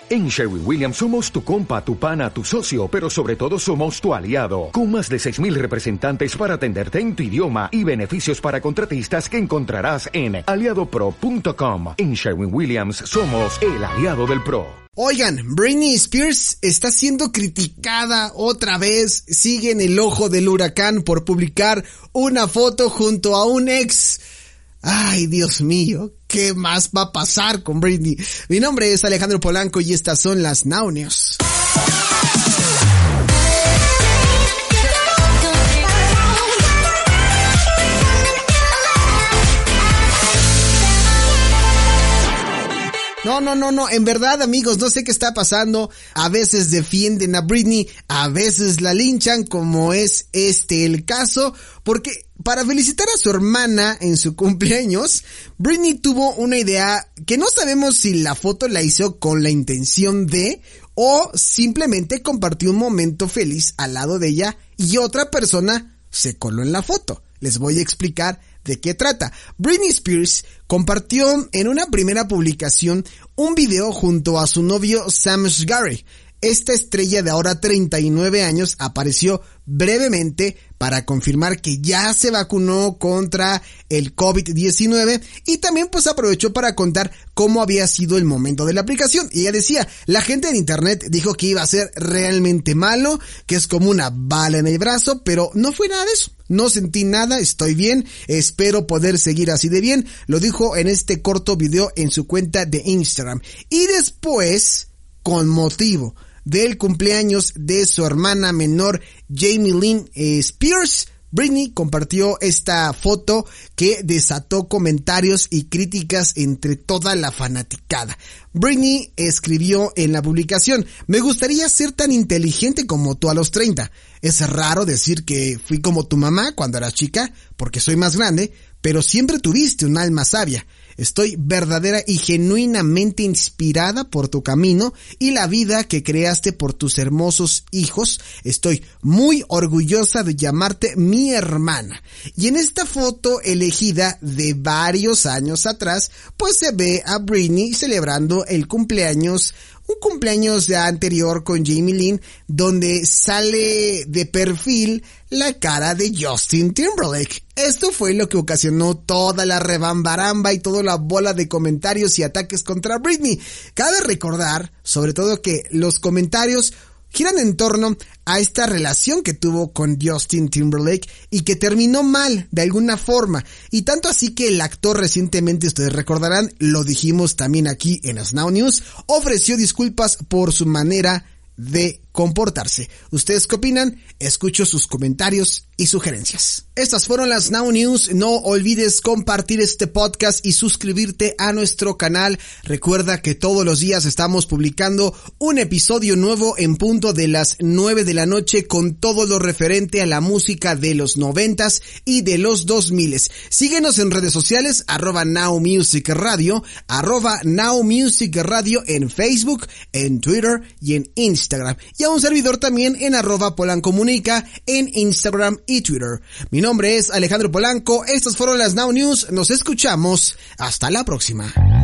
En Sherwin-Williams somos tu compa, tu pana, tu socio, pero sobre todo somos tu aliado, con más de 6,000 representantes para atenderte en tu idioma y beneficios para contratistas que encontrarás en aliadopro.com. En Sherwin-Williams somos el aliado del pro. Oigan, Britney Spears está siendo criticada otra vez, sigue en el ojo del huracán por publicar una foto junto a un ex. Ay, Dios mío, ¿qué más va a pasar con Britney? Mi nombre es Alejandro Polanco y estas son las Now News. No, en verdad, amigos, no sé qué está pasando. A veces defienden a Britney, a veces la linchan, como es el caso, porque para felicitar a su hermana en su cumpleaños, Britney tuvo una idea que no sabemos si la foto la hizo con la intención de, o simplemente compartió un momento feliz al lado de ella y otra persona se coló en la foto. Les voy a explicar de qué trata. Britney Spears compartió en una primera publicación un video junto a su novio Sam Asghari. Esta estrella de ahora 39 años apareció brevemente para confirmar que ya se vacunó contra el COVID-19 y también pues aprovechó para contar cómo había sido el momento de la aplicación. Y ella decía, la gente en internet dijo que iba a ser realmente malo, que es como una bala en el brazo, pero no fue nada de eso. No sentí nada, estoy bien, espero poder seguir así de bien. Lo dijo en este corto video en su cuenta de Instagram. Y después, con motivo del cumpleaños de su hermana menor Jamie Lynn Spears, Britney compartió esta foto que desató comentarios y críticas entre toda la fanaticada. Britney escribió en la publicación: me gustaría ser tan inteligente como tú a los 30. Es raro decir que fui como tu mamá cuando eras chica, porque soy más grande, pero siempre tuviste un alma sabia. Estoy verdadera y genuinamente inspirada por tu camino y la vida que creaste por tus hermosos hijos. Estoy muy orgullosa de llamarte mi hermana. Y en esta foto elegida de varios años atrás, pues se ve a Britney celebrando el cumpleaños, un cumpleaños ya anterior con Jamie Lynn, donde sale de perfil la cara de Justin Timberlake. Esto fue lo que ocasionó toda la rebambaramba y toda la bola de comentarios y ataques contra Britney. Cabe recordar, sobre todo, que los comentarios giran en torno a esta relación que tuvo con Justin Timberlake y que terminó mal de alguna forma. Y tanto así que el actor recientemente, ustedes recordarán, lo dijimos también aquí en las Now News, ofreció disculpas por su manera de comportarse. ¿Ustedes qué opinan? Escucho sus comentarios y sugerencias. Estas fueron las Now News. No olvides compartir este podcast y suscribirte a nuestro canal. Recuerda que todos los días estamos publicando un episodio nuevo en punto de las 9 de la noche con todo lo referente a la música de los 90s y de los 2000s. Síguenos en redes sociales, @NowMusicRadio, @NowMusicRadio en Facebook, en Twitter y en Instagram. Y a un servidor también en @PolanComunica en Instagram y Twitter. Mi nombre es Alejandro Polanco, estas fueron las Now News, nos escuchamos, hasta la próxima.